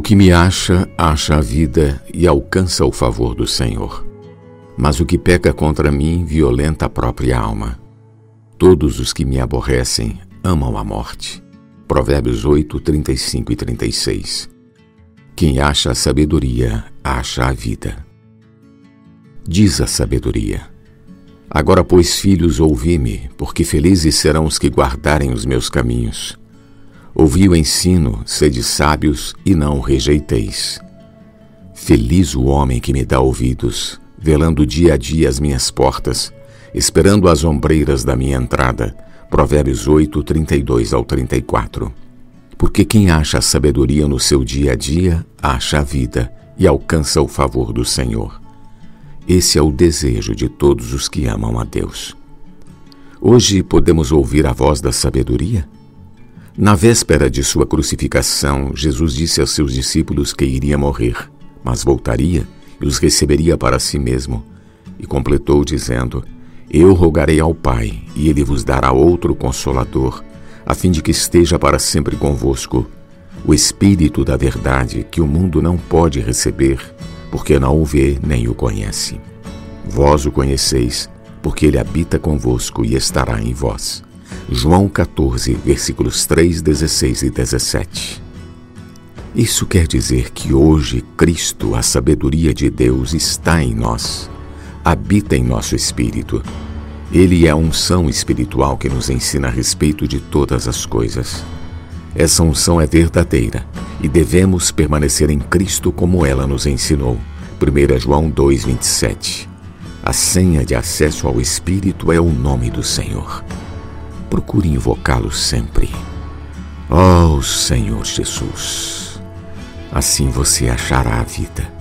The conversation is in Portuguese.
que me acha a vida e alcança o favor do Senhor. Mas o que peca contra mim violenta a própria alma. Todos os que me aborrecem amam a morte. Provérbios 8, 35 e 36. Quem acha a sabedoria, acha a vida. Diz a sabedoria: agora, pois, filhos, ouvi-me, porque felizes serão os que guardarem os meus caminhos. Ouvi o ensino, sede sábios e não o rejeiteis. Feliz o homem que me dá ouvidos, velando dia a dia as minhas portas, esperando as ombreiras da minha entrada. Provérbios 8, 32 ao 34. Porque quem acha a sabedoria no seu dia a dia, acha a vida e alcança o favor do Senhor. Esse é o desejo de todos os que amam a Deus. Hoje podemos ouvir a voz da sabedoria? Na véspera de sua crucificação, Jesus disse aos seus discípulos que iria morrer, mas voltaria e os receberia para si mesmo. E completou dizendo: eu rogarei ao Pai, e Ele vos dará outro Consolador, a fim de que esteja para sempre convosco, o Espírito da verdade, que o mundo não pode receber, porque não o vê nem o conhece. Vós o conheceis, porque Ele habita convosco e estará em vós. João 14, versículos 3, 16 e 17. Isso quer dizer que hoje Cristo, a sabedoria de Deus, está em nós, habita em nosso espírito. Ele é a unção espiritual que nos ensina a respeito de todas as coisas. Essa unção é verdadeira e devemos permanecer em Cristo como ela nos ensinou. 1 João 2, 27. A senha de acesso ao Espírito é o nome do Senhor. Procure invocá-lo sempre. Oh, Senhor Jesus! Assim você achará a vida.